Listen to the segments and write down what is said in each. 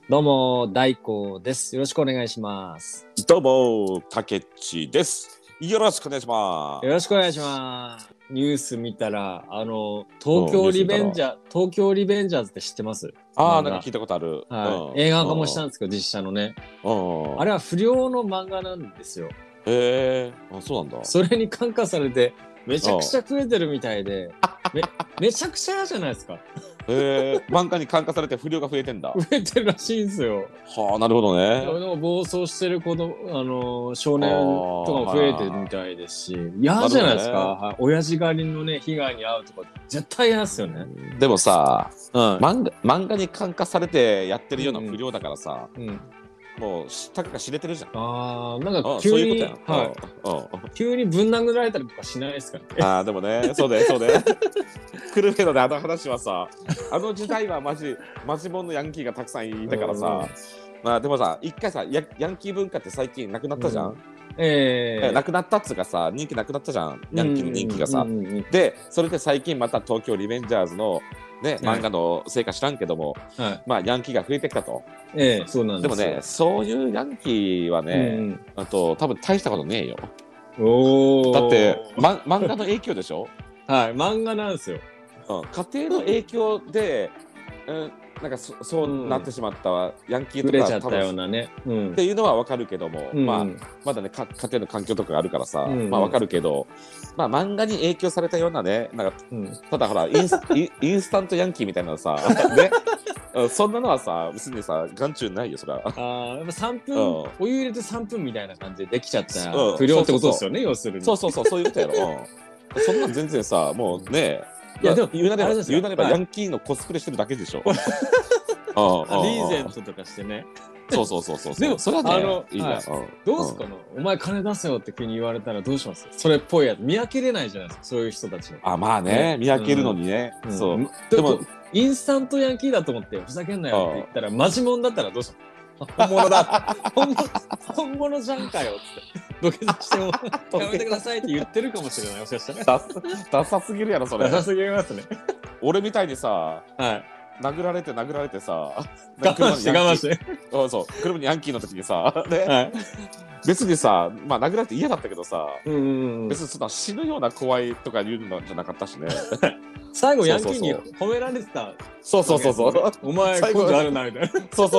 どうも大光です。よろしくお願いします。 どうも、たけっちです。よろしくお願いしまよろしくお願いします。ニュース見たらす。ニュース見たら。 東京リベンジャーズって知ってます？ なんか漫聞いたことある。 画。映画化もしたんですけど、実写のね。あれは不良の漫画なんですよ。 へえ、そうなんだ。 それに感化されてめちゃくちゃ増えてるみたいで、めちゃくちゃじゃないですか。 漫画に感化されて不良が増えてんだ。 増えてるらしいんですよ。 はあ、なるほどね。 暴走してる少年とかも増えてるみたいですし、嫌じゃないですか。親父狩りのね、被害に遭うとか絶対嫌ですよね。 でもさ、漫画に感化されてやってるような不良だからさ、もうたかが知れてるじゃん。 なんか急に急にぶん殴られたりとかしないですかね。 でもね、そうだよ。クルフェのね、あの話はさ、あの時代はマジモンのヤンキーがたくさんいたからさ、でもさ、一回さ、ヤンキー文化って最近なくなったじゃん。なくなったっつうかさ、人気なくなったじゃん、ヤンキーの人気がさ。で、それで最近また東京リベンジャーズのね、漫画のせいか知らんけども、ヤンキーが増えてきたと。 そうなんですよ。 でもね、そういうヤンキーはね、多分大したことねえよ。だって、漫画の影響でしょ。 はい、漫画なんですよ。 家庭の影響で、なんかそうなってしまったヤンキーとか売れちゃったようなね、 っていうのは分かるけども、まだね家庭の環境とかがあるからさ、分かるけど、漫画に影響されたようなね、なんか、ただほらインスタントヤンキーみたいなのさね、そんなのはさ別にさ眼中ないよそれは。 やっぱ3分、お湯入れて3分みたいな感じでできちゃった不良ってことですよね、要するに。 そういうことやろ。そんなん全然さ、もうね、いやでも言うなればヤンキーのコスプレしてるだけでしょ。リーゼントとかしてね。 そう。 でもそれはね、いいや。 どうすかの、お前金出せよって急に言われたらどうします？それっぽいやつ見分けれないじゃないですか、そういう人たちの。 まあね、見分けるのにね。そう。 でもインスタントヤンキーだと思ってふざけんなよって言ったらマジモンだったらどうします？本物だ本物じゃんかよって土下座してもやめてくださいって言ってるかもしれない。もしかしたらダサすぎるやろそれ。 ダサすぎますね。 俺みたいにさ、殴られてさ、 我慢してそう車にヤンキーの時にさ、別にさ、殴られて嫌だったけどさ、別にそんな死ぬような怖いとか言うのじゃなかったしね。最後ヤンキーに褒められてた。 そうお前根性あるなみたいな。 そう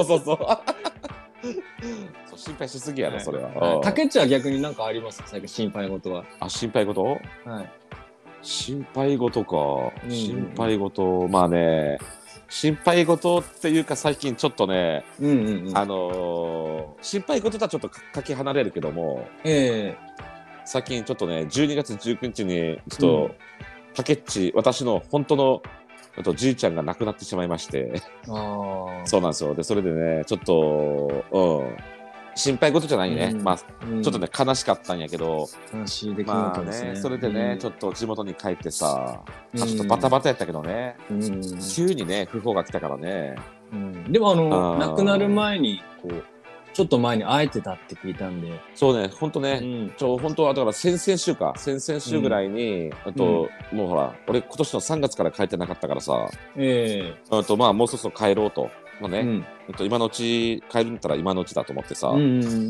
心配しすぎやろそれは。 たけっちは逆に何かあります？最近心配事は。 心配事？心配事か。心配事、まあね、心配事っていうか最近ちょっとね、心配事とはちょっとかけ離れるけども、最近ちょっとね、12月19日にちょっとたけっち、私の本当のじいちゃんが亡くなってしまいまして。そうなんですよ。でそれでね、ちょっと心配事じゃないね。ちょっとね悲しかったんやけど、 悲しい出来事ですね。 それでね、ちょっと地元に帰ってさ、ちょっとバタバタやったけどね、急にね訃報が来たからね。 でも亡くなる前にこうちょっと前に会えてたって聞いたんで。 そうね、本当ね、本当はだから先々週ぐらいに、もうほら俺今年の3月から帰ってなかったからさ、もうそろそろ帰ろうと。今のうち帰るんだったら今のうちだと思ってさ、あと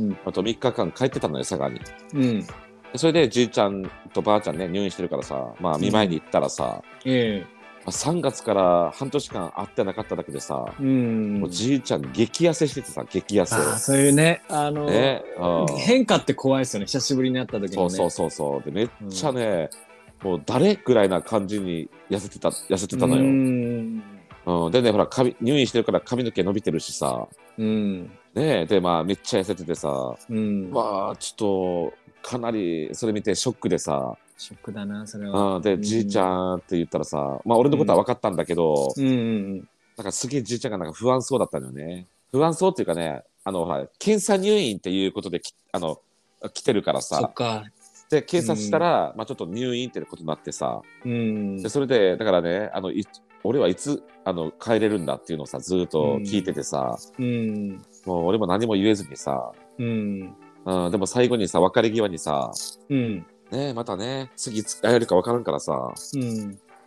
3日間帰ってたのよ佐賀に。それでじいちゃんとばあちゃんね入院してるからさ、見舞いに行ったらさ、3月から半年間会ってなかっただけでさ、もうじいちゃん激痩せしててさ、激痩せ。 そういうね、変化って怖いですよね、久しぶりに会った時にね。 そうでめっちゃね、もう誰ぐらいな感じに痩せてたのよ。でね、ほら入院してるから髪の毛伸びてるしさ、でめっちゃ痩せててさ、ちょっとかなりそれ見てショックでさ。 ショックだなそれは。 でじいちゃんって言ったらさ、俺のことは分かったんだけど、なんかすげえじいちゃんがなんか不安そうだったのよね。不安そうっていうかね、ほら検査入院っていうことで来てるからさ。 そっか。 で検査したら、ちょっと入院ってことになってさ、でそれでだからね、俺はいつ帰れるんだっていうのをさずっと聞いててさ、もう俺も何も言えずにさ、でも最後にさ別れ際にさ、ね、またね次会えるか分からんからさ、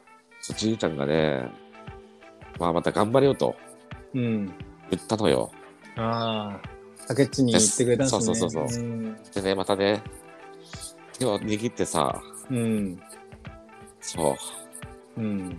じいちゃんがね、また頑張れよと言ったのよ。 ああ、竹内に言ってくれたんですね。 そう。でね、またね、手を握ってさ、そう。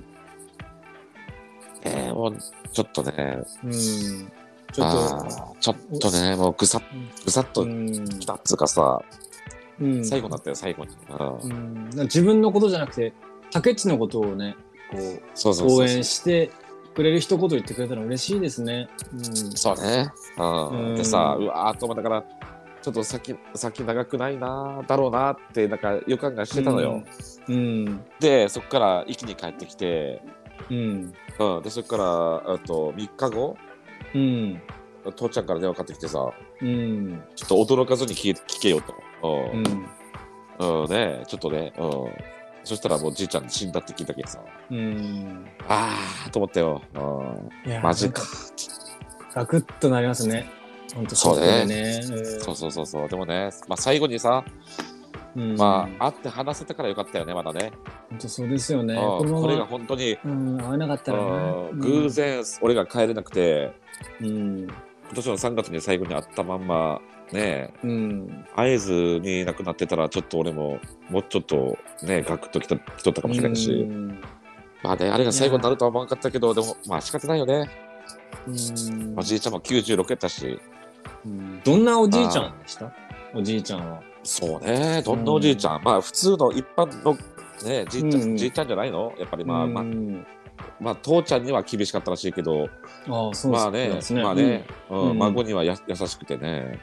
もうちょっとね、ちょっとね、もうぐさっときたっつうかさ、最後だったよ、最後に。 自分のことじゃなくて、竹内のことをね、こう応援してくれる一言言ってくれたら嬉しいですね。 そうね。でさ、うわーっと思ったから、ちょっと先長くないなだろうなってなんか予感がしてたのよ。でそこから一気に帰ってきて、でそこから3日後、父ちゃんから電話かかってきてさ、ちょっと驚かずに聞けよと。ね、ちょっとね、そしたらもうじいちゃん死んだって聞いたけどさ、あーと思ったよ。マジか。 ガクッとなりますね。本当そうね。そう。でもね、まあ最後にさ、まあ会って話せたからよかったよね、まだね。 本当そうですよね。 これが本当に会わなかったら偶然俺が帰れなくて、今年の3月に最後に会ったまんまね、会えずに亡くなってたらちょっと俺ももうちょっとねガクッときとったかもしれないし、まあねあれが最後になるとは思わなかったけど、でもまあ仕方ないよね。おじいちゃんも96やったし。 どんなおじいちゃんでした？おじいちゃんは。 そうね、どんなおじいちゃん、まあ普通の一般のねじいちゃんじゃないの？やっぱりまあ父ちゃんには厳しかったらしいけど、まあね、孫には優しくてね。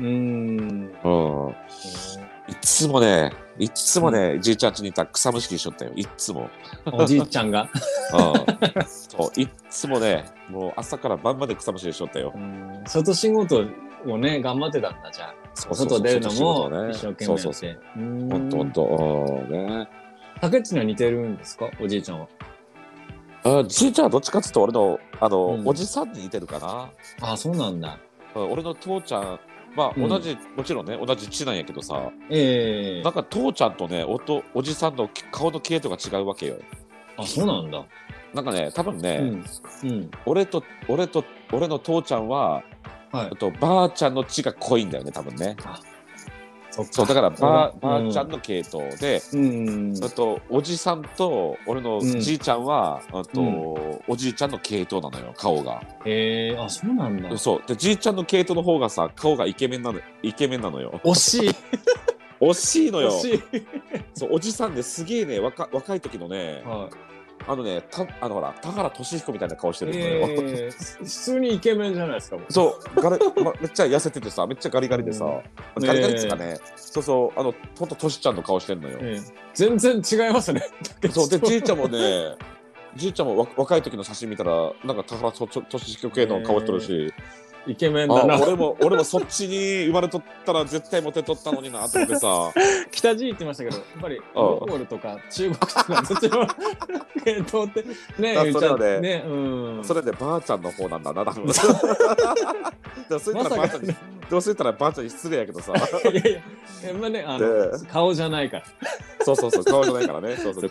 いつもね、じいちゃん家にいた草むしりしとったよ。いつも。 おじいちゃんが。 そういつもね、もう朝から晩まで草むしりしとったよ。 外仕事をね頑張ってたんだじゃあ。外出るのも一生懸命やって。 ほんとね。 竹内には似てるんですか、おじいちゃんは。 じいちゃんはどっちかっていうと俺のおじさんに似てるかな。 あ、そうなんだ。 俺の父ちゃん、まあ同じ、もちろんね同じ血なんやけどさ、なんか父ちゃんとねおじさんの顔の系統が違うわけよ。 あ、そうなんだ。 なんかね多分ね、俺の父ちゃんはばあちゃんの血が濃いんだよね多分ね。そうだからばあちゃんの系統で、おじさんと俺のじいちゃんはおじいちゃんの系統なのよ、顔が。 あ、そうなんだ。 そうでじいちゃんの系統の方がさ顔がイケメンなのよ。 惜しい惜しいのよ。そうおじさんですげえね若い時のね、ほら田原俊彦みたいな顔してるのよ。 普通にイケメンじゃないですか。 そうめっちゃ痩せててさ、めっちゃガリガリでさ、ガリガリっていうかね、ほんとトシちゃんの顔してんのよ。 全然違いますね。 そうでじいちゃんも若い時の写真見たらなんか田原俊彦系の顔してるし。 イケメンだな。 俺もそっちに生まれとったら絶対モテとったのになと思ってさ。 北 G 言ってましたけど、やっぱりモンゴルとか中国とかそっちの系統ってね、 それでばあちゃんの方なんだな多分。そう言ったらばあちゃんに失礼やけどさ。 いやまあね、顔じゃないから。 そう顔じゃないからね。心。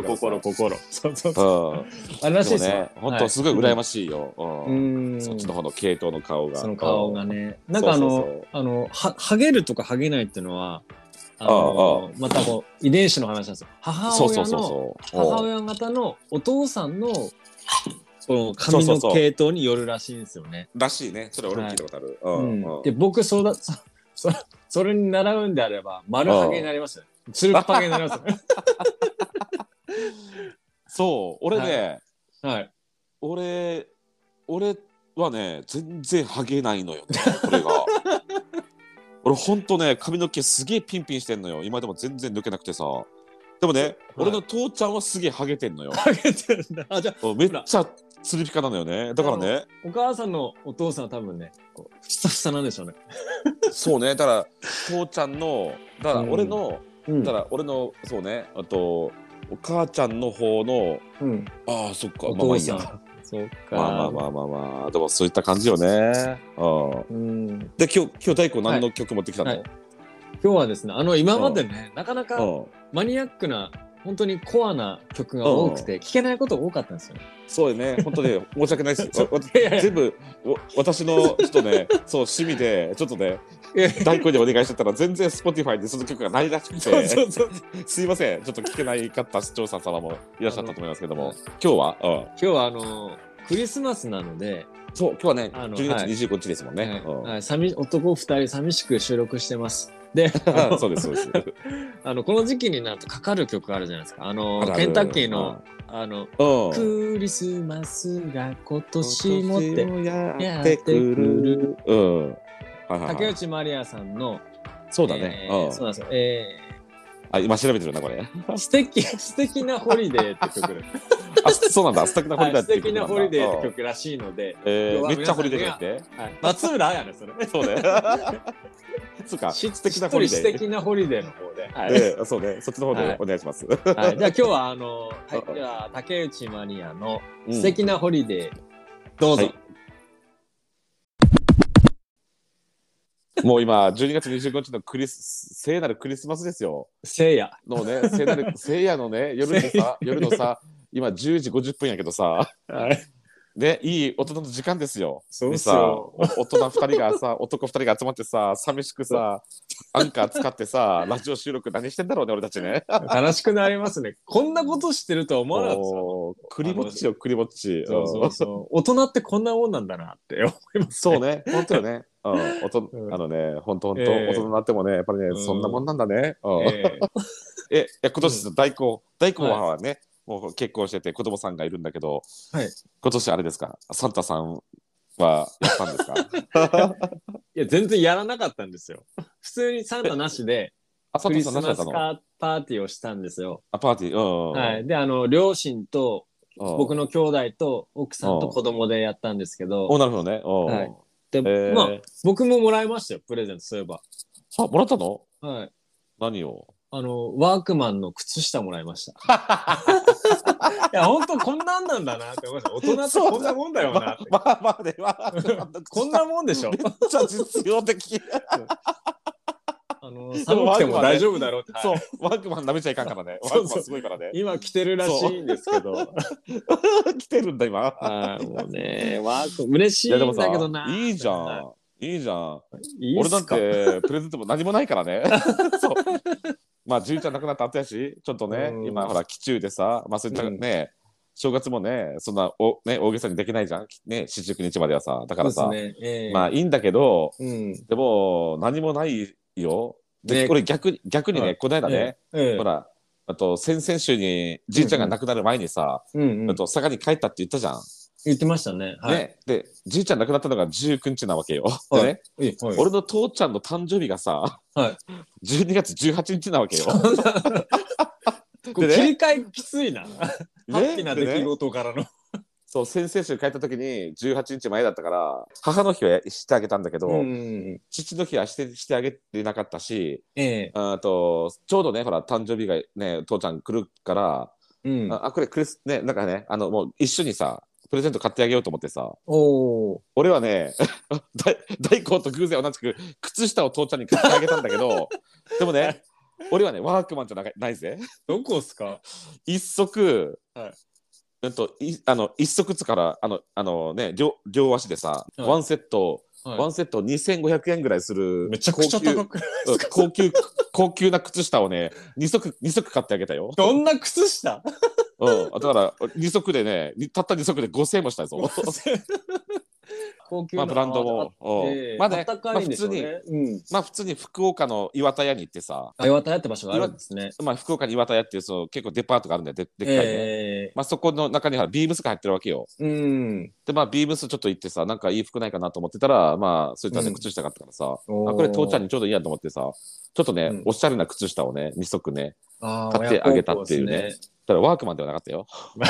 そうあれらしいですね。 本当すごい羨ましいよ。そっちの方の系統の顔が。 その顔がね、なんかハゲるとかハゲないっていうのはまた遺伝子の話なんですよ。母親方のお父さんの髪の系統によるらしいんですよね。 らしいね。それ俺も聞いたことある。 で僕それに習うんであれば丸ハゲになりますよね。つるっぱげになりますよね。 そう俺ね、俺はね全然ハゲないのよね、これが。俺ほんとね髪の毛すげえピンピンしてんのよ。今でも全然抜けなくてさ。でもね、俺の父ちゃんはすげえハゲてんのよ。 ハゲてるんだ。じゃあめっちゃつるピカなのよね。だからね、 お母さんのお父さんは多分ねふさふさなんでしょうね。 そうね、だから父ちゃんの俺のそうね、あとお母ちゃんの方の、ああそっか、まあいいや。 そうか。 まあでもそういった感じよね。で今日大根何の曲持ってきたの？ 今日はですね、今までねなかなかマニアックな本当にコアな曲が多くて、聴けないことが多かったんですよ。 そうよね、本当に申し訳ないです。全部私のちょっとね、そう趣味でちょっとね、大工にお願いしてたら全然 Spotify でその曲がないらしくて、すいません、ちょっと聞けないかった視聴者様もいらっしゃったと思いますけども、今日はクリスマスなので、 そう今日はね12月25日ですもんね。 男2人寂しく収録してます。で、 そうですそうです。 この時期になるとかかる曲あるじゃないですか。ケンタッキーのクリスマスが今年もってやってくる。竹内まりやさんの、 そうだね。 そうなんですよ。 今調べてるなこれ。 素敵なホリデーって曲で。 そうなんだ、素敵なホリデーって曲。 素敵なホリデーって曲らしいので。 めっちゃホリデーって。 松浦やねそれ。 そうね。つか素敵なホリデー。 素敵なホリデーの方で。 そうね、そっちの方でお願いします。 じゃあ今日はじゃあ竹内まりやの素敵なホリデーどうぞ。 もう今12月25日の聖なるクリスマスですよ。 聖夜のね、聖夜のね、夜のさ、今10時50分やけどさ、ね、いい大人の時間ですよ。 そうですよ。 大人2人がさ、男2人が集まってさ、寂しくさ、アンカー使ってさ、ラジオ収録何してんだろうね、俺たちね。 悲しくなりますね。こんなことしてるとは思わなかったですよ。 クリぼっちよ、クリぼっち。 大人ってこんなもんなんだなって思います。 そうね、本当よね。本当大人になってもね、やっぱりね、そんなもんなんだね。今年大工はね、もう結婚してて子供さんがいるんだけど、今年あれですか、サンタさんはやったんですか？ いや全然やらなかったんですよ。普通にサンタなしでクリスマスパーティーをしたんですよ。 パーティー。 はい。で両親と僕の兄弟と奥さんと子供でやったんですけど。 なるほどね。 でまあ僕ももらいましたよ、プレゼント。そういえば。 もらったの？ はい。 何を？ ワークマンの靴下もらいました。いや本当こんなんなんだなって思いました。大人ってこんなもんだよなって。 まあね、 こんなもんでしょ。めっちゃ実用的。 寒くても大丈夫だろうって。 そう、ワークマン舐めちゃいかんからね。ワークマンすごいからね。 今着てるらしいんですけど。 着てるんだ今。 もうね、ワーク嬉しいんだけどな。 いいじゃん。俺だってプレゼントも何もないからね。そう。まあじいちゃん亡くなった後やし、ちょっとね、今ほら期中でさ、まあそういったね、正月もね、そんな大げさにできないじゃんね、四十九日まではさ。だからさ、まあいいんだけど、でも何もないよ。で、これ逆にね、この間ね、ほら、先々週にじいちゃんが亡くなる前にさ、佐賀に帰ったって言ったじゃん。 言ってましたね。 で、じいちゃん亡くなったのが19日なわけよ。でね、俺の父ちゃんの誕生日がさ、12月18日なわけよ。 切り替えきついな。ハッピーな出来事からの。 そう、先々週帰った時に18日前だったから母の日はしてあげたんだけど、父の日はしてあげてなかったし、ちょうどねほら誕生日がね父ちゃん来るから、これねなんかねもう一緒にさプレゼント買ってあげようと思ってさ、俺はね大光と偶然同じく靴下を父ちゃんに買ってあげたんだけどでもね俺はねワークマンじゃないぜ。 どこっすか？ 一足、一足からね両足でさ、ワンセット2500円ぐらいするめちゃくちゃ高くないですか？ 高級な靴下をね2足買ってあげたよ。 どんな靴下？ だから2足でねたった2足で5000円もしたぞ。 高級なブランドもまあね、普通に福岡の岩田屋に行ってさ、 岩田屋って場所があるんですね。 福岡に岩田屋っていう結構デパートがあるんだよ、でっかいね。そこの中にはビームスが入ってるわけよ。でビームスちょっと行ってさ、なんかいい服ないかなと思ってたら、そういったね靴下があったからさ、これ父ちゃんにちょうどいいやと思ってさ、ちょっとねおしゃれな靴下をね2足ね買ってあげたっていうね。ただワークマンではなかったよ。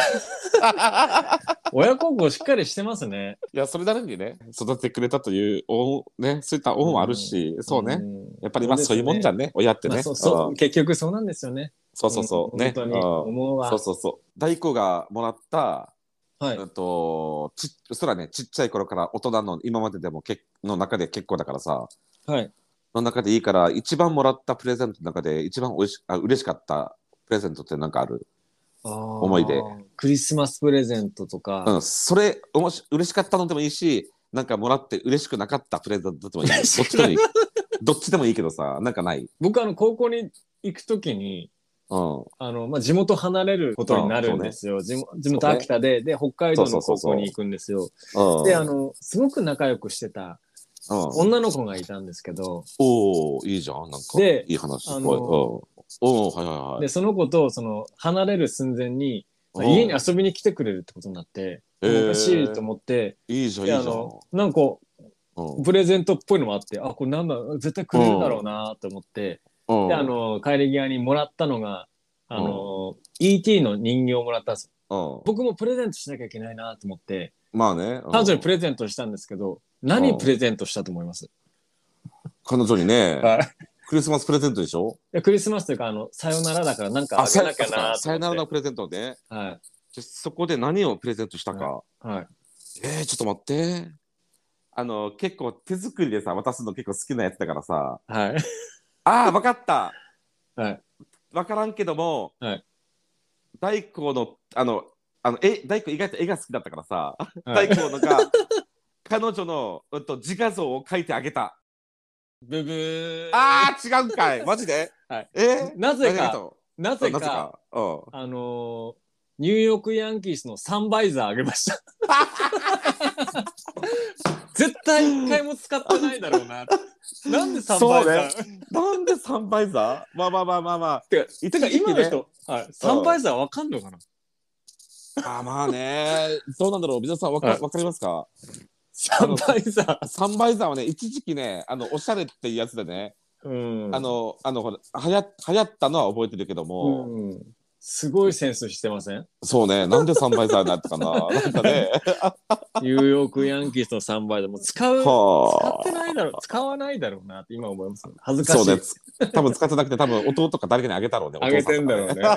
親孝行しっかりしてますね。 いやそれなりにね育ててくれたというね、そういった恩もあるし、そうね、やっぱりそういうもんじゃんね、親ってね。 結局そうなんですよね。 そうね。 本当に思うわ。 大工がもらったそらねちっちゃい頃から大人の今まででもの中で結構だからさ、の中でいいから一番もらったプレゼントの中で一番嬉しかったプレゼントってなんかある？思い出。 クリスマスプレゼントとか。 それ嬉しかったのでもいいし、なんかもらって嬉しくなかったプレゼントでもいい。どっちでもいいけどさ、なんかない？ 僕高校に行くときに、地元離れることになるんですよ。地元秋田で、北海道の高校に行くんですよ。で、すごく仲良くしてた女の子がいたんですけど。 いいじゃん。なんか、いい話。で、 その子と、離れる寸前に、家に遊びに来てくれるってことになって、おかしいと思って、 いいじゃん、いいじゃん。 なんか、プレゼントっぽいのもあって、これなんだ、絶対くれるだろうなと思って、で、帰り際にもらったのが、E.T. の人形をもらったんですよ。僕もプレゼントしなきゃいけないなと思って、 まあね。 彼女にプレゼントしたんですけど、何プレゼントしたと思います？ 彼女にね、クリスマスプレゼントでしょ？ いや、クリスマスというか、さよならだからなんかあげなきゃなと思って。 さよならのプレゼントね。はい。そこで何をプレゼントしたか。はい。ちょっと待って。結構手作りでさ、渡すの結構好きなやつだからさ。はい。わかった。はい。わからんけども、はい。大光の、大光意外と絵が好きだったからさ、大光のが、彼女の自画像を描いてあげた。 ブブー。 違うんかい。マジで？はい。 なぜか、ニューヨークヤンキースのサンバイザーあげました。絶対一回も使ってないだろうな。なんでサンバイザー？ なんでサンバイザー？まあ。 てか今の人、サンバイザーわかんのかな？ まあね。どうなんだろう。皆さんわかりますか？ サンバイザー。 サンバイザーはね、一時期ね、おしゃれっていうやつでね、ほら、流行ったのは覚えてるけども、 すごいセンスしてません？ そうね、なんでサンバイザーになったかな。なんかね。 ニューヨークヤンキースのサンバイザーも使ってないだろう、使わないだろうなって今思います。恥ずかしい。 そうね、多分使ってなくて、多分弟か誰かにあげたろうね。 あげてんだろうね。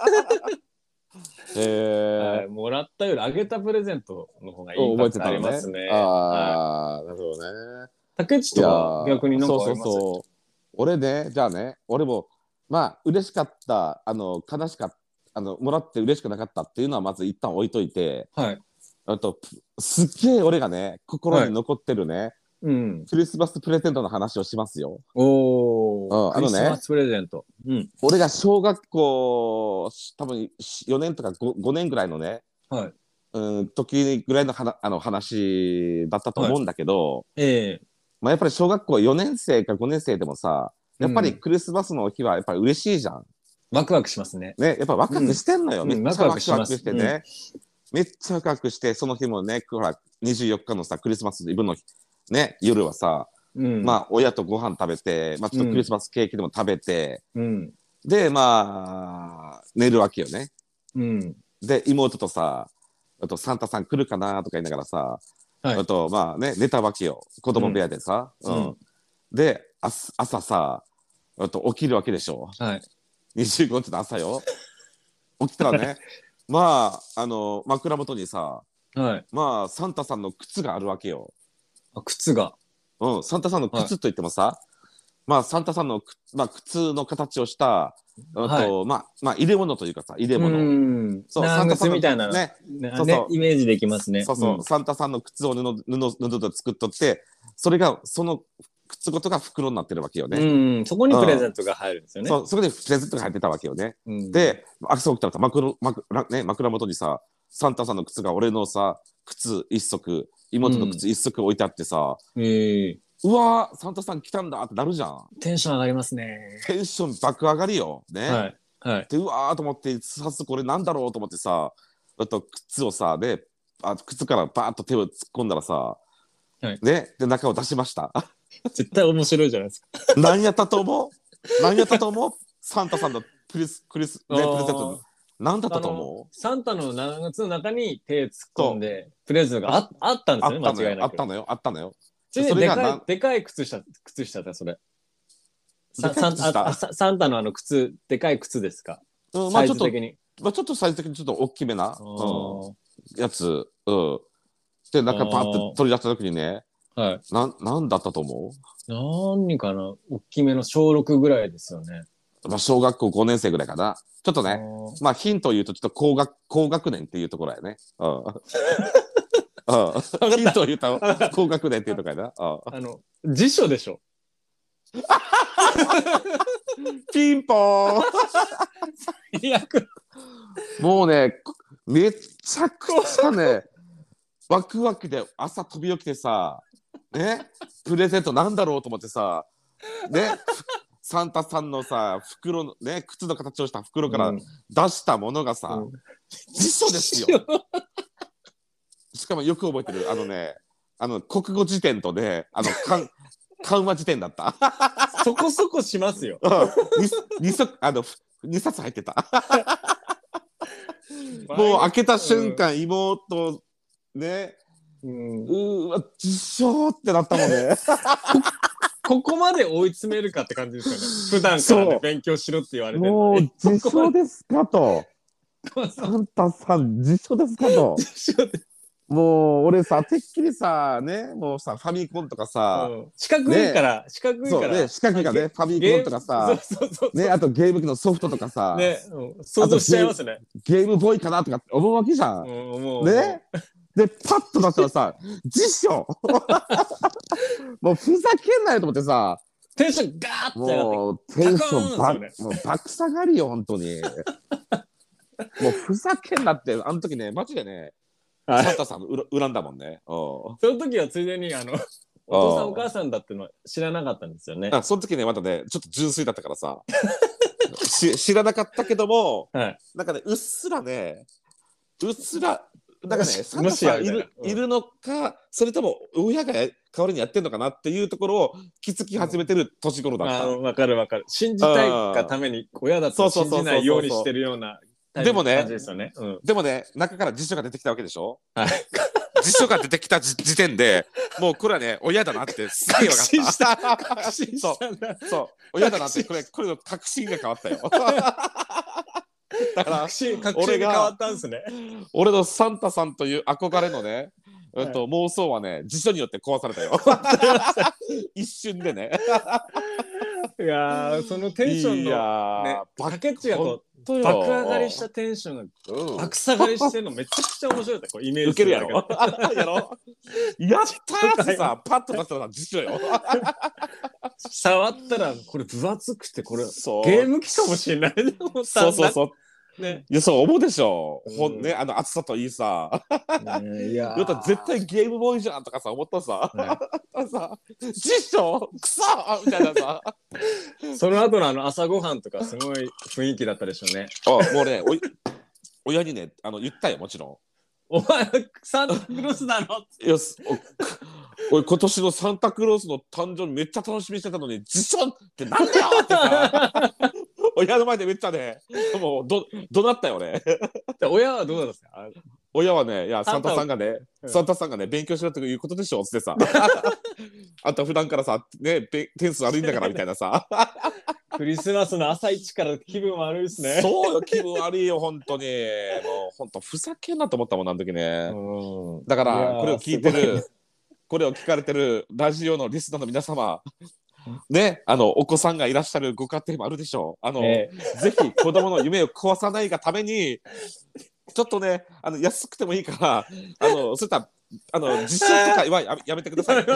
もらったよりあげたプレゼントの方がいいってありますね。 なるほどね。 竹内とか逆になんかあります？ そう俺ね、じゃあね、俺もまあ嬉しかった、悲しかった、もらって嬉しくなかったっていうのはまず一旦置いといて、すっげえ俺がね心に残ってるね、クリスマスプレゼントの話をしますよ。 クリスマスプレゼント。 俺が小学校多分4年とか 5年ぐらいのね、時ぐらいの話だったと思うんだけど、まあ、やっぱり小学校4年生か5年生でもさ、やっぱりクリスマスの日はやっぱり嬉しいじゃん。 ワクワクしますね。 やっぱワクワクしてんのよ。めっちゃワクワクしてね。めっちゃワクワクして、その日もね、ほら、24日のさ、クリスマスイブのね、夜はさ、まあ、親とご飯食べて、まあ、ちょっとクリスマスケーキでも食べて、で、まあ、寝るわけよね。で、妹とさ、サンタさん来るかなとか言いながらさ、まあね、寝たわけよ。子供部屋でさ。で、朝さ、起きるわけでしょ。25日の朝よ。起きたらね、まあ、枕元にさ、まあ、サンタさんの靴があるわけよ。 靴が？ サンタさんの靴といってもさ、まあ、サンタさんの、まあ、靴の形をした、まあ、入れ物というかさ、入れ物。 そう、サンタさんみたいなね、イメージできますね。 サンタさんの靴を布で作っとって、それが、その靴ごとが袋になってるわけよね。 そこにプレゼントが入るんですよね。 そこでプレゼントが入ってたわけよね。で、朝起きたら枕元にさ、サンタさんの靴が俺のさ、靴一足、妹の靴一足置いてあってさ、うわー、サンタさん来たんだってなるじゃん。 テンション上がりますね。 テンション爆上がりよ。ね。で、うわーと思って、早速これなんだろうと思ってさ、靴をさ、で、靴からバーッと手を突っ込んだらさ、で、中を出しました。 絶対面白いじゃないですか。 何やったと思う？サンタさんのプレゼント。何だったと思う？ サンタの靴の中に手突っ込んで、プレゼントがあったんですよね、間違いなく。 あったのよ。 それがでかい靴下だ、それ。サンタの靴、でかい靴ですか？サイズ的に。 ちょっとサイズ的にちょっと大きめなやつ。で、中パーって取り出した時にね、何だったと思う？ 何かな、大きめの小6ぐらいですよね。 まあ、小学校5年生ぐらいかな。ちょっとね、まあヒントを言うとちょっと高学年っていうところやね。うん。ヒントを言うと高学年っていうところやな。 辞書でしょ。 ピンポーン。 最悪。 もうね、めちゃくちゃね、ワクワクで朝飛び起きてさ、ね、プレゼントなんだろうと思ってさ、ね、サンタさんのさ、袋のね、靴の形をした袋から出したものがさ、辞書ですよ。しかもよく覚えてる、国語辞典とね、漢和辞典だった。 そこそこしますよ。 2冊入ってた。もう開けた瞬間、妹ね、わ辞書ってなったもんね。 ここまで追い詰めるかって感じですよね。普段からね、勉強しろって言われてるもう辞書ですかと。サンタさん辞書ですかと。もう俺さ、てっきりさ、ね、もうさ、ファミコンとかさ、 四角いから、 四角いがね、ファミコンとかさ、ね、あとゲーム機のソフトとかさ、 ね、想像しちゃいますね。 ゲームボーイかなとかって思うわけじゃん。ね。で、パッと出したらさ、辞書もうふざけんなよと思ってさ、 テンションガーって上がって、 もうテンションもう爆下がりよ、本当に。もうふざけんなって、あの時ね、マジでね、サンタさん恨んだもんね。 その時はついでにお父さんお母さんだってのは知らなかったんですよね。 その時ね、またね、ちょっと純粋だったからさ、知らなかったけども、なんかね、うっすら、なんかね、サンタさんいるのか、それとも親が代わりにやってんのかなっていうところを気づき始めてる年頃だった。 わかる。信じたいがために親だと信じないようにしてるような感じですよね。 でもね、中から辞書が出てきたわけでしょ。辞書が出てきた時点でもうこれはね、親だなってすげえ分かった。 確信したんだ。 そう、親だなってこれの確信が変わったよ。だから俺が変わったんですね。 俺のサンタさんという憧れのね、妄想はね、辞書によって壊されたよ。一瞬でね。 いやそのテンションのね、竹内がこう爆上がりしたテンションが爆下がりしてるのめちゃくちゃ面白いだこうイメージ受けるやろ。やったーってさ、パッと出したら辞書よ。 触ったらこれ分厚くてこれゲーム機かもしれない。 そうね、いや、そう思うでしょ。ね、厚さといいさ。いや絶対ゲームボーイじゃんとかさ思ったさ。辞書くそみたいなさ。 その後の朝ごはんとかすごい雰囲気だったでしょうね。 もうね、親にね、言ったよ、もちろん。 お前サンタクロースだろって。 よし、俺今年のサンタクロースの誕生日めっちゃ楽しみにしてたのに辞書ってなんだよってさ。親の前でめっちゃね、もうどなったよね。 親はどうなんですか。 親はね、いやサンタさんがね勉強しろということでしょってさ。あんた普段からさね点数悪いんだからみたいなさ。 クリスマスの朝一から気分悪いですね。 そうよ、気分悪いよ本当に。もう本当ふざけんなと思ったもんあの時ね。だからこれを聞いてる、これを聞かれてるラジオのリスナーの皆様。ね、お子さんがいらっしゃるご家庭もあるでしょう。ぜひ子供の夢を壊さないがためにちょっとね安くてもいいからそういった辞書とかはやめてください。で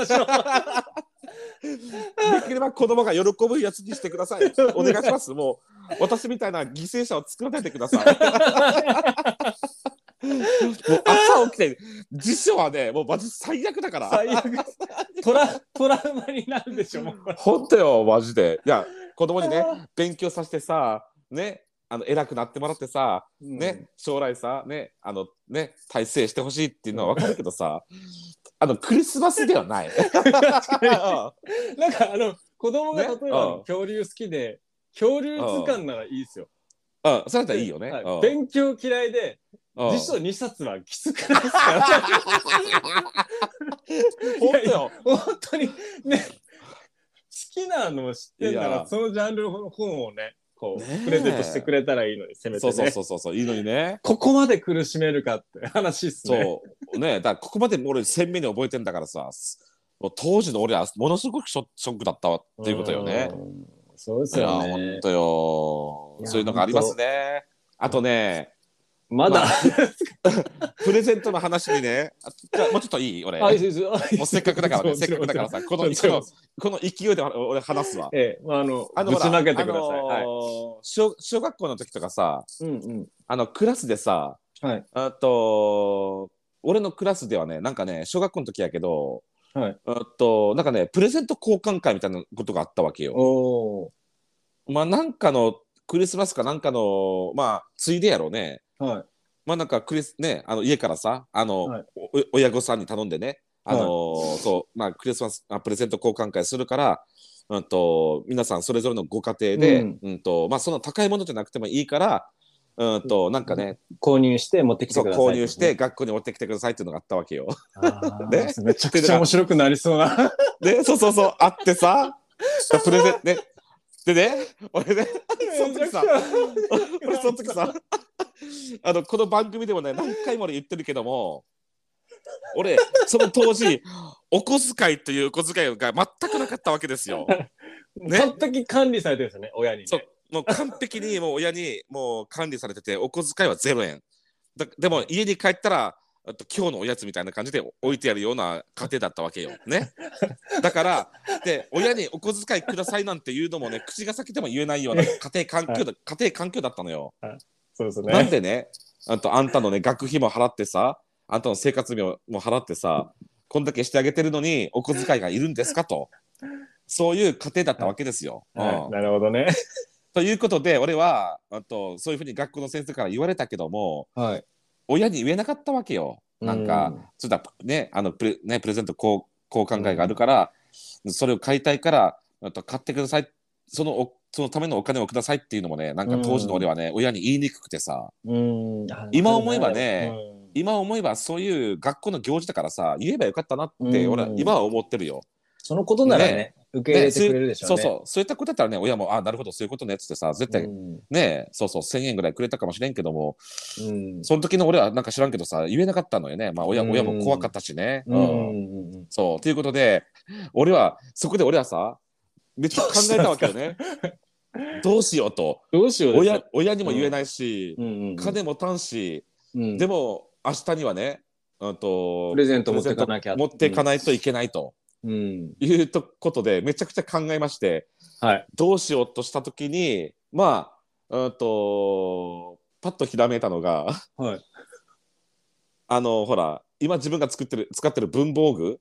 きれば子供が喜ぶやつにしてください。お願いします。もう私みたいな犠牲者を作らないでください。もう朝起きて辞書はねもうマジ最悪だから。 最悪。トラウマになるでしょもう。 本当よマジで。いや子供にね勉強させてさね偉くなってもらってさ、ね将来さね大成してほしいっていうのは分かるけどさクリスマスではない。 なんか子供が例えば恐竜好きで恐竜図鑑ならいいですよ。 それだったらいいよね。 勉強嫌いで辞書2冊はきつくないですか。本当にね好きなのを知ってんならそのジャンルの本をねこうプレゼントしてくれたらいいのにせめてね。 そういいのにね。 ここまで苦しめるかって話っすね。 そうね、だからここまで俺鮮明に覚えてんだからさ、もう当時の俺はものすごくショックだったっていうことよね。 そうですよね。 ほんとよ。そういうのがありますね。あとね、 まだ、 プレゼントの話にね、じゃあもうちょっといい俺。もうせっかくだからね、せっかくだからさ、この勢いで俺話すわ。 ぶちまけてください。 小学校の時とかさ、クラスでさ、俺のクラスではね、なんかね、小学校の時やけど、なんかね、プレゼント交換会みたいなことがあったわけよ。まあなんかのクリスマスかなんかのまあついでやろうね。まあなんか家からさ親御さんに頼んでね、そうまあクリスマスプレゼント交換会するから、皆さんそれぞれのご家庭で、まあその高いものじゃなくてもいいから。なんかね購入して持ってきてください。 購入して学校に持ってきてくださいっていうのがあったわけよ。 めちゃくちゃ面白くなりそうな。 でそうあってさプレゼンねでね俺ねその時さこの番組でもね何回も俺言ってるけども、俺その当時お小遣いというお小遣いが全くなかったわけですよ。 完璧管理されてるんですよね、親にね。 もう完璧にもう親にもう管理されてて、お小遣いは0円でも家に帰ったら今日のおやつみたいな感じで置いてあるような家庭だったわけよね。だからで親にお小遣いくださいなんて言うのもね、口が裂けても言えないような家庭環境だったのよ。 そうですね。 なんでねあんたのね学費も払ってさ、あんたの生活費も払ってさ、こんだけしてあげてるのにお小遣いがいるんですかと、そういう家庭だったわけですよ。 なるほどね。 ということで俺はそういうふうに学校の先生から言われたけども、親に言えなかったわけよ。なんかそうだね、プレゼント交換会があるから、それを買いたいから買ってください、そのためのお金をくださいっていうのもね、なんか当時の俺はね、親に言いにくくてさ、今思えばね、そういう学校の行事だからさ、言えばよかったなって俺は今は思ってるよ。 そのことならね、受け入れてくれるでしょうね。 そういったことだったらね、親もなるほどそういうことねっつってさ、絶対ね、1000円ぐらいくれたかもしれんけども、その時の俺はなんか知らんけどさ、言えなかったのよね。まあ親も怖かったしね。そうということで、俺はさめっちゃ考えたわけよね。どうしようと。親にも言えないし、金もたんし、でも明日にはね、プレゼント持っていかないといけないと。いうことでめちゃくちゃ考えまして、どうしようとした時にまあパッとひらめいたのが、ほら今自分が使ってる文房具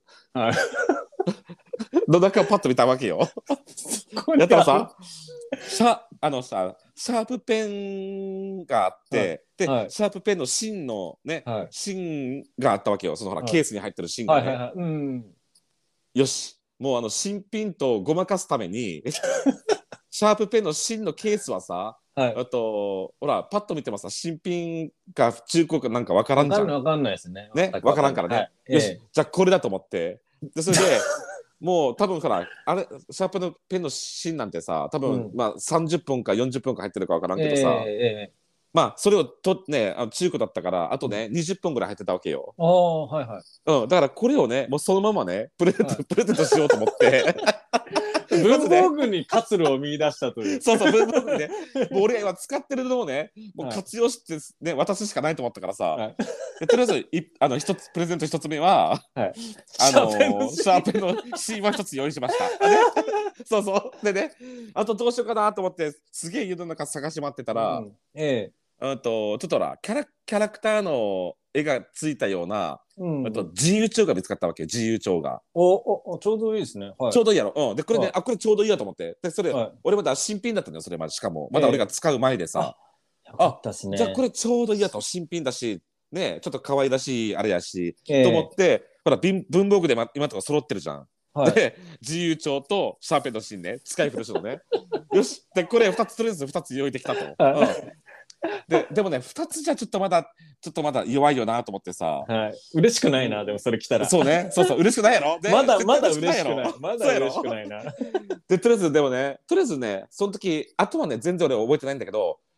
の中をパッと見たわけよ。やったらさシャープペンがあって、でシャープペンの芯のね、芯があったわけよ。そのほらケースに入ってる芯がね。よし、もう新品とごまかすためにシャープペンの芯のケースはさ、ほらパッと見てもさ、新品か中古かなんか分からんじゃん。 分かんないですね。 分からんからね。よし、じゃあこれだと思って、でそれでもう多分からあれシャープのペンの芯なんてさ、多分まあ30本か40本か入ってるか分からんけどさ、まあそれを中古だったからあとね20本ぐらい入ってたわけよ。だからこれをねもうそのままねプレゼントしようと思って文房具に活路を見出したという。 文房具ね、もう俺が今使ってるのをねもう活用してね渡すしかないと思ったからさ、とりあえずプレゼント一つ目はシャーペンの芯は一つ用意しました。でね、あとどうしようかなと思ってすげえ家の中探し回ってたら、ちょっとほらキャラクターの絵がついたような自由帳が見つかったわけよ。自由帳がちょうどいいですね。 ちょうどいいやろ。でこれね、これちょうどいいやと思って、でそれ俺まだ新品だったのよ。それまでしかもまだ俺が使う前でさ、じゃあこれちょうどいいやと、新品だしね、ちょっと可愛らしいあれやしと思って、ほら文房具で今とか揃ってるじゃん。で自由帳とシャーペンの芯ね、使い古しのねよし、でこれとりあえず2つ用意できたと。でもね2つじゃちょっとまだ弱いよなと思ってさ、 嬉しくないな。でもそれ来たらそう嬉しくないやろ。 まだ嬉しくない。まだ嬉しくないな。 でとりあえずねその時あとはね全然俺覚えてないんだけど、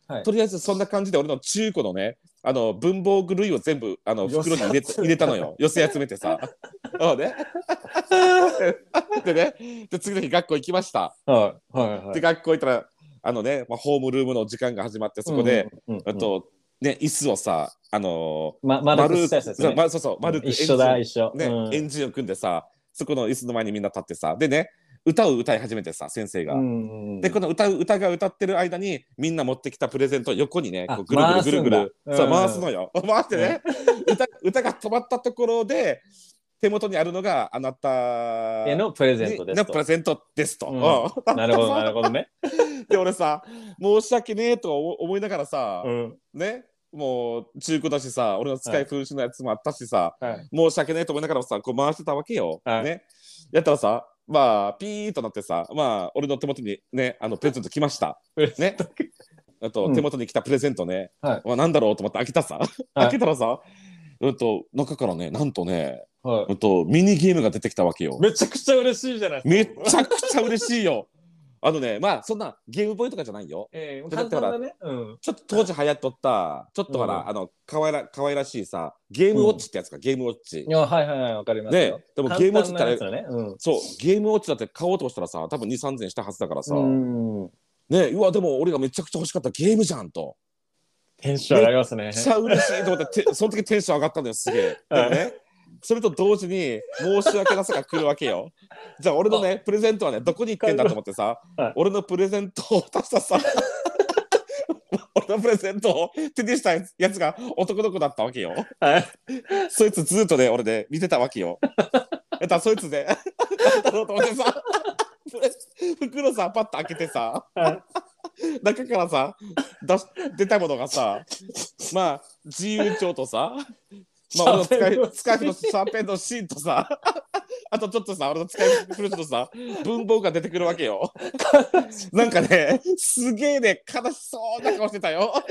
とりあえずそんな感じで俺の中古のね文房具類を全部袋に入れたのよ。寄せ集めてさ。ね、でね、次の日学校行きました。で学校行ったらホームルームの時間が始まって、そこで椅子をさ丸くしたやつですね。 そうそう丸く一緒だ一緒。 エンジンを組んでさ、そこの椅子の前にみんな立ってさ、でね歌を歌い始めてさ、先生が。でこの歌が歌ってる間にみんな持ってきたプレゼントを横にねこうぐるぐるぐるぐる回すのよ。回してね、歌が止まったところで手元にあるのがあなたへのプレゼントですと。 プレゼントですと。 なるほどなるほどね。 で俺さ申し訳ねえと思いながらさ、ねもう中古だしさ、俺の使い古しのやつもあったしさ、申し訳ねえと思いながらさこう回してたわけよ。ねやったらさ、まあピーッとなってさ、まあ俺の手元にねプレゼント来ました。ね手元に来たプレゼントね、なんだろうと思って開けたさ、開けたらさ、中からねなんとね、ミニゲームが出てきたわけよ。 めちゃくちゃ嬉しいじゃないですか。めちゃくちゃ嬉しいよ。まあそんなゲームボーイとかじゃないよ。 簡単だね。 ちょっと当時流行っとったちょっとほら可愛らしいさゲームウォッチってやつか、ゲームウォッチ。 はいわかりますよ。 でもゲームウォッチってそうゲームウォッチだって買おうとしたらさ多分2、3千したはずだからさ、うわでも俺がめちゃくちゃ欲しかったゲームじゃんと。 テンション上がりますね。 めっちゃ嬉しいと思ってその時テンション上がったんだよ、すげえ。でもねそれと同時に申し訳なさが来るわけよ。じゃあ俺のねプレゼントはねどこに行ってんだと思ってさ、俺のプレゼントを渡したさ俺のプレゼントを手にしたやつが男の子だったわけよ。そいつずっとね俺で見てたわけよ。そいつでなんだろうと思ってさ袋さパッと開けてさ中からさ出たものがさ、まあ自由帳とさ、まあ、俺の使いのシャーペンの芯とさあとちょっとさ俺の使い古とさ文房具が出てくるわけよ。なんかねすげえね悲しそうな顔してたよ。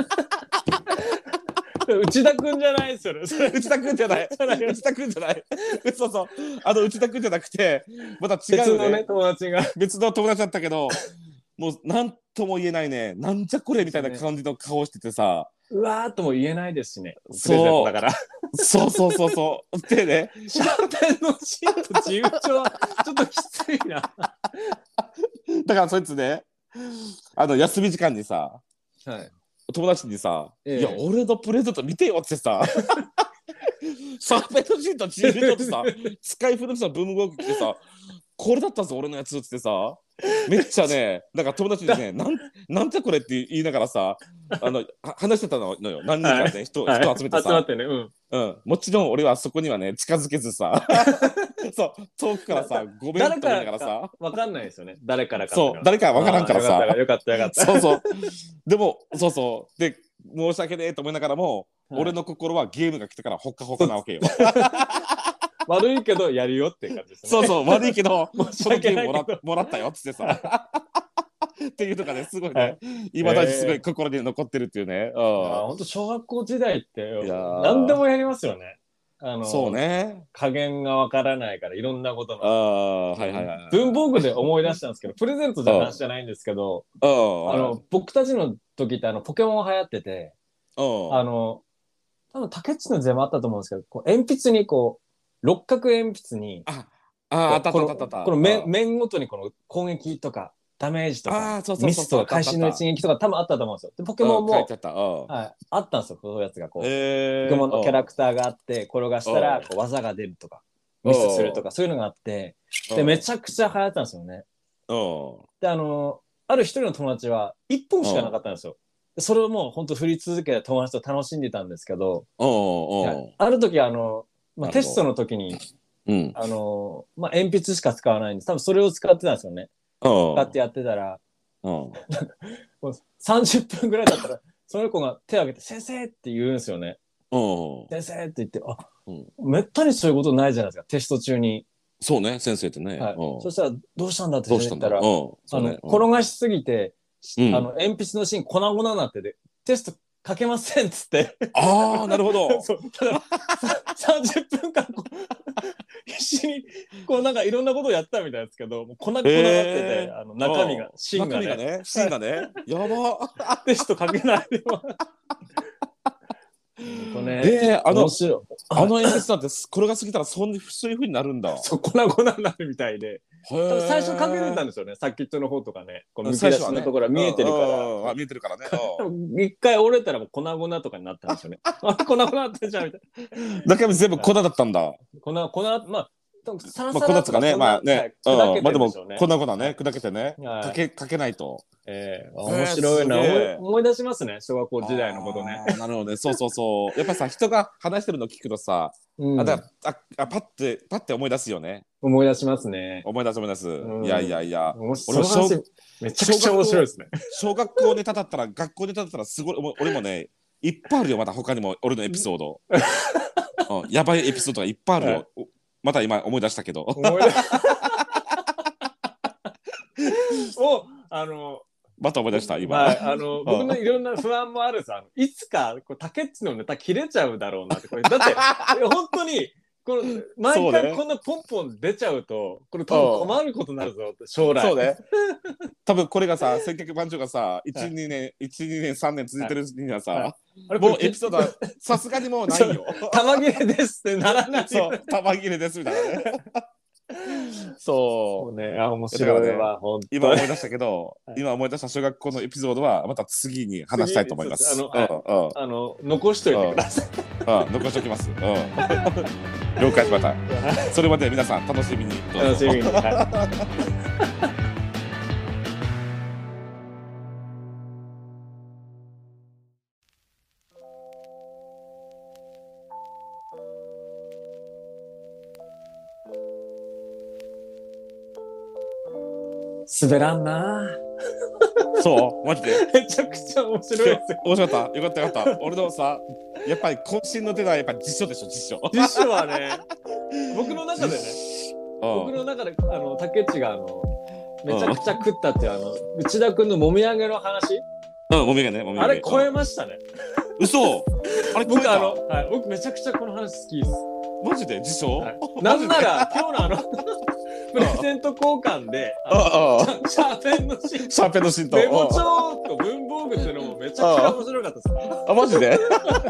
内田くんじゃないですよね。 内田くんじゃない。内田くんじゃない。そうそう。内田くんじゃなくてまた違うね。別の友達だったけど、もうなんとも言えないね。なんじゃこれみたいな感じの顔しててさ。 うわーとも言えないですしね。そうだから。 そうでね、 シャーペンの芯と自由帳はちょっときついな。 だからそいつね、休み時間にさ、友達にさ、いや俺のプレゼント見てよってさ、シャーペンの芯と自由帳ってさ、使い古しの文房具ってさ、これだったぞ俺のやつってさ。めっちゃね、なんか友達にね、なんてこれって言いながらさ、話してたのよ。何人かね、人集めてさ。 集まってね、 もちろん俺はそこにはね、近づけずさ、そう、遠くからさ、ごめんって言いながらさ。 わかんないですよね、誰からか。 そう、誰かわからんからさ。 よかった。 そう。でも、そう。で、申し訳ねえと思いながらも、俺の心はゲームが来てからほっかほかなわけよ。 悪いけどやるよって感じですね。そう悪いけどそのゲームもらったよっつってさっていうとかね、すごいね、いまだにすごい心に残ってるっていうね。 ほんと小学校時代って何でもやりますよね。 そうね、 加減がわからないからいろんなことの文房具で思い出したんですけど、プレゼントじゃ話じゃないんですけど、僕たちの時ってポケモン流行ってて、多分竹内の時代もあったと思うんですけど、鉛筆に六角鉛筆にあったこの面ごとにこの攻撃とかダメージとかミスとか会心の一撃とか多分あったと思うんですよ。でポケモンもあったんですよ、こういうやつがポケモンのキャラクターがあって転がしたら技が出るとかミスするとかそういうのがあって、でめちゃくちゃ流行ったんですよね。である一人の友達は1本しかなかったんですよ。それをもう本当振り続けて友達と楽しんでたんですけど、ある時テストの時に鉛筆しか使わないんです。多分それを使ってたんですよね。使ってやってたら30分ぐらいだったらその子が手を挙げて「先生!」って言うんですよね。先生って言ってめったにそういうことないじゃないですか、テスト中に。 そうね、先生ってね。 そしたら「どうしたんだ?」って言ったら転がしすぎて鉛筆の芯粉々になっててテストかけませんっつってああなるほどそうただ30分間必死になんかいろんなことをやったみたいですけど、もう粉々なってて、中身が芯がねやばテストかけないで面白い。鉛筆なんてこれが過ぎたらそういう風になるんだ。 そう粉々になるみたいで、最初かけてたんですよね、先っちょの方とかね、むき出しのところは見えてるから見えてるからね。 一回折れたらもう粉々とかになったんですよね。粉々になってんじゃんみたいな。中身全部粉だったんだ。 粉まあサラサラとかね、まあね、まあでも粉々ね、砕けてね、かけないと。 面白いな、思い出しますね、小学校時代のことね。 なるほどね、そうやっぱさ、人が話してるの聞くとさ、パッて思い出すよね。 思い出しますね。 思い出す。いや俺もめちゃくちゃ面白いですね。 小学校ネタだったら、学校ネタだったらすごい、俺もねいっぱいあるよ。また他にも俺のエピソードやばいエピソードがいっぱいあるよ。また今思い出したけどまた思い出した今。 僕のいろんな不安もあるさ、いつか竹内のネタ切れちゃうだろうなって。だって本当に毎回こんなポンポン出ちゃうと、これ多分困ることになるぞって将来。 そうね。多分これがさ、千客万丈がさ、1、2年、3年続いてるにはさ、もうエピソードはさすがにもうないよ。 玉切れですってならない。 そう、玉切れですみたいなね。そうね、面白いわ、 今思い出したけど、今思い出した小学校のエピソードはまた次に話したいと思います。 残しといてください。 残しておきます。了解しました。それまで皆さん楽しみに。 楽しみに。滑らんな。 そうマジでめちゃくちゃ面白いですよ。 面白かった。よかった。俺のさ、やっぱり渾身の手はやっぱ辞書でしょ、辞書。 辞書はね、僕の中で竹内がめちゃくちゃ食ったって内田君のもみあげの話。 もみあげね、 あれ超えましたね。 嘘。あれ僕めちゃくちゃこの話好きです。 マジで辞書？ なんなら今日のプレゼント交換でシャーペンの芯とメモ帳と文房具っていうのもめちゃくちゃ面白かったです。 マジで？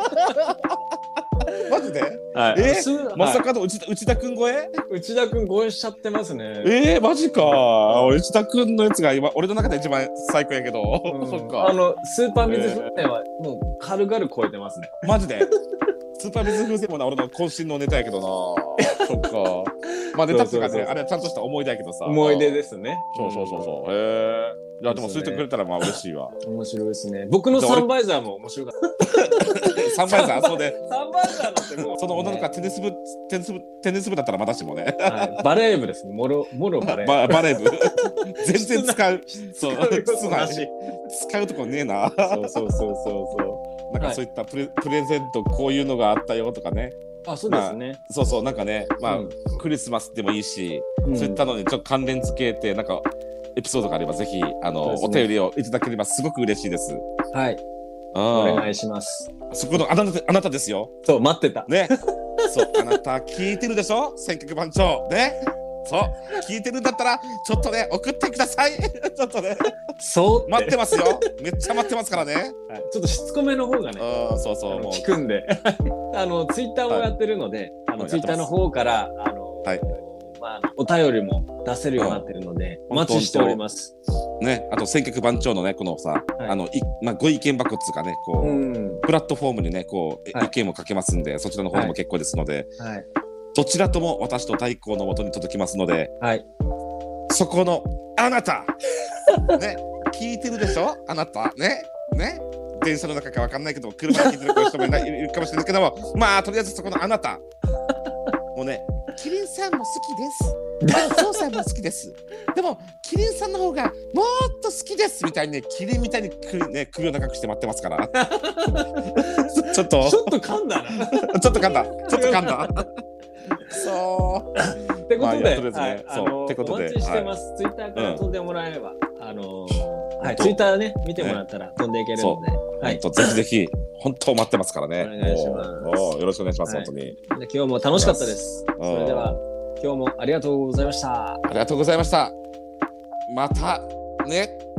マジで？まさかの内田くん超え？ 内田くん超えしちゃってますね。 マジか。内田くんのやつが今俺の中で一番最高やけど。そっか。 スーパー水風船はもう軽々超えてますね。 マジで？スーパー水風船もな、俺の渾身のネタやけどな。そっか。まあネタっていうかね、あれはちゃんとした思い出やけどさ。 思い出ですね。 そう。いやでもそう言ってくれたらまあ嬉しいわ。 面白いですね。僕のサンバイザーも面白かった。 サンバイザーそうで。 サンバイザーなんてもうその女の子がテニス部だったらまだしもね。 バレー部です。もろバレー。 バレー部。全然使う。そう。使うとこねえな。 そう。 なんかそういったプレゼントこういうのがあったよとかね。 そうですね。 そうなんかね、まあクリスマスでもいいし、そういったのにちょっと関連付けてなんかエピソードがあればぜひお便りをいただければすごく嬉しいです。 はい。お願いします。 そこのあなたですよ。 そう待ってた。 ね。そうあなた聞いてるでしょ。千客番長ね。そう聞いてるんだったらちょっとね送ってください。ちょっとね。 そう待ってますよ。めっちゃ待ってますからね。 ちょっとしつこめの方がね。 そうもう聞くんで。ツイッターもやってるので、ツイッターの方からお便りも出せるようになってるので、お待ちしております。 ね、あと千客番長のねこのさ、ご意見箱っつうかねこうプラットフォームにねこう意見も書けますんで、そちらの方でも結構ですので、どちらとも私と大光の元に届きますので、そこのあなたね聞いてるでしょ、あなたね電車の中かわかんないけど車で聞いてる人もいるかもしれないけども、まあとりあえずそこのあなたもうね、キリンさんも好きです。お父さんも好きです。でもキリンさんの方がもっと好きですみたいにね、キリンみたいに首を長くして待ってますからちょっと噛んだな。 ちょっと噛んだそうってことで、 お待ちしてます。ツイッターから飛んでもらえれば、ツイッターね見てもらったら飛んでいけるので、 ぜひぜひ本当待ってますからね。 お願いします。 よろしくお願いします。本当に。 今日も楽しかったです。それでは今日もありがとうございました。 ありがとうございました。またね。